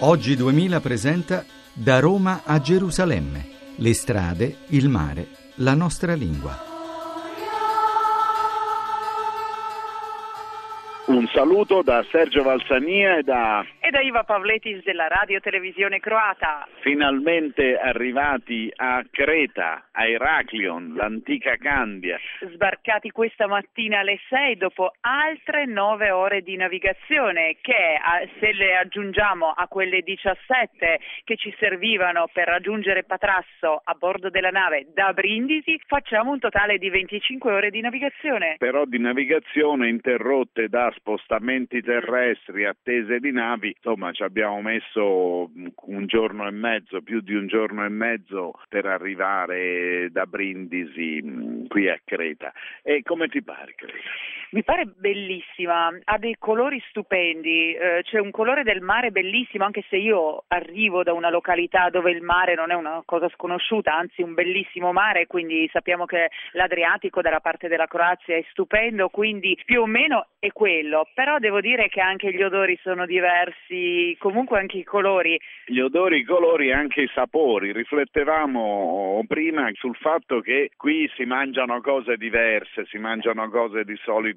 Oggi 2000 presenta Da Roma a Gerusalemme. Le strade, il mare, la nostra lingua. Un saluto da Sergio Valsania e da Iva Pavletis della Radio Televisione Croata. Finalmente arrivati a Creta, a Heraklion, l'antica Candia. Sbarcati questa mattina alle 6 dopo altre 9 ore di navigazione che, se le aggiungiamo a quelle 17 che ci servivano per raggiungere Patrasso a bordo della nave da Brindisi, facciamo un totale di 25 ore di navigazione. Però di navigazione interrotte da spostamenti terrestri, attese di navi, insomma ci abbiamo messo un giorno e mezzo, più di un giorno e mezzo per arrivare da Brindisi qui a Creta. E come ti pare Creta? Mi pare bellissima, ha dei colori stupendi, c'è un colore del mare bellissimo, anche se io arrivo da una località dove il mare non è una cosa sconosciuta, anzi un bellissimo mare, quindi sappiamo che l'Adriatico dalla parte della Croazia è stupendo, quindi più o meno è quello, però devo dire che anche gli odori sono diversi, comunque anche i colori. Gli odori, i colori e anche i sapori. Riflettevamo prima sul fatto che qui si mangiano cose diverse, si mangiano cose di solito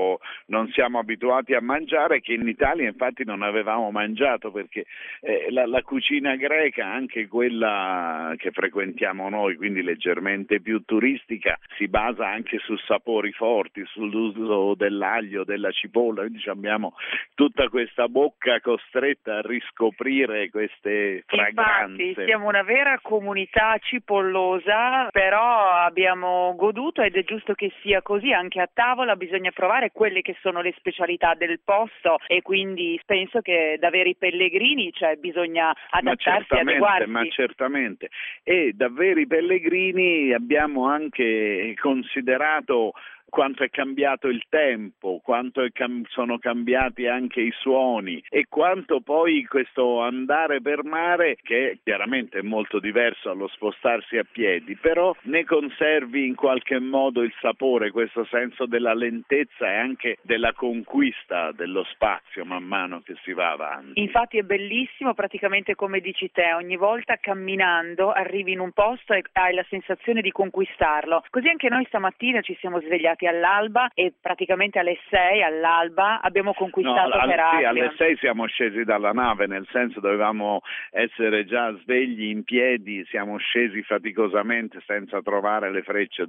non siamo abituati a mangiare, che in Italia infatti non avevamo mangiato, perché la cucina greca, anche quella che frequentiamo noi, quindi leggermente più turistica, si basa anche su sapori forti, sull'uso dell'aglio, della cipolla, quindi abbiamo tutta questa bocca costretta a riscoprire queste fragranze. Infatti siamo una vera comunità cipollosa, però abbiamo goduto ed è giusto che sia così. Anche a tavola bisogna provare quelle che sono le specialità del posto, e quindi penso che da veri pellegrini bisogna adattarsi e adeguarsi. Ma certamente, e da veri pellegrini abbiamo anche considerato quanto è cambiato il tempo, quanto sono cambiati anche i suoni e quanto poi questo andare per mare, che chiaramente è molto diverso dallo spostarsi a piedi, però ne conservi in qualche modo il sapore, questo senso della lentezza e anche della conquista dello spazio man mano che si va avanti. Infatti è bellissimo, praticamente come dici te, ogni volta camminando arrivi in un posto e hai la sensazione di conquistarlo. Così anche noi stamattina ci siamo svegliati all'alba e praticamente alle 6 all'alba abbiamo conquistato Heraklion. Sì, alle 6 siamo scesi dalla nave, nel senso dovevamo essere già svegli in piedi, siamo scesi faticosamente senza trovare le frecce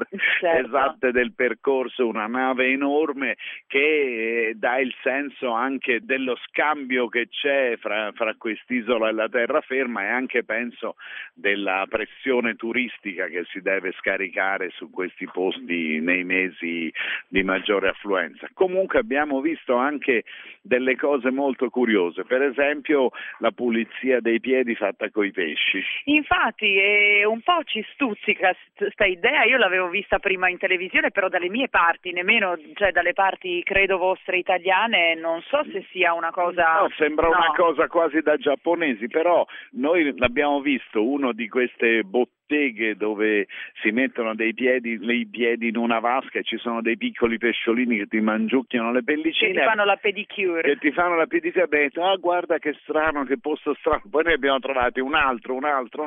esatte del percorso, una nave enorme che dà il senso anche dello scambio che c'è fra quest'isola e la terraferma, e anche penso della pressione turistica che si deve scaricare su questi posti nei mesi di maggiore affluenza. Comunque abbiamo visto anche delle cose molto curiose, per esempio la pulizia dei piedi fatta coi pesci. Infatti un po' ci stuzzica sta idea, io l'avevo vista prima in televisione, però dalle mie parti, nemmeno dalle parti credo vostre italiane, non so se sia una cosa... No, sembra una cosa quasi da giapponesi, però noi l'abbiamo visto, uno di queste botteghe dove si mettono i piedi in una vasca e ci sono dei piccoli pesciolini che ti mangiucchiano le pellicine, che ti fanno la pedicure, abbiamo detto guarda che strano, che posto strano. Poi ne abbiamo trovati un altro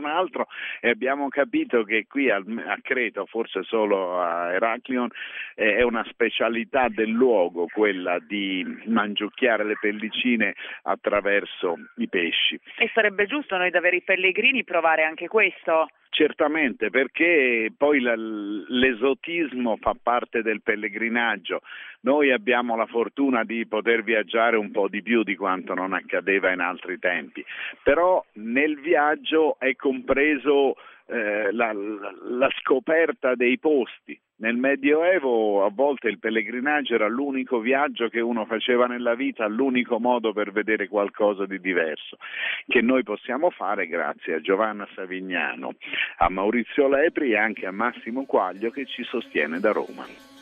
e abbiamo capito che qui a Creta, forse solo a Heraklion, è una specialità del luogo quella di mangiucchiare le pellicine attraverso i pesci. E sarebbe giusto noi da veri pellegrini provare anche questo. Certamente, perché poi l'esotismo fa parte del pellegrinaggio. Noi abbiamo la fortuna di poter viaggiare un po' di più di quanto non accadeva in altri tempi, però nel viaggio è compreso la scoperta dei posti. Nel Medioevo a volte il pellegrinaggio era l'unico viaggio che uno faceva nella vita, l'unico modo per vedere qualcosa di diverso, che noi possiamo fare grazie a Giovanna Savignano, a Maurizio Lepri e anche a Massimo Quaglio che ci sostiene da Roma.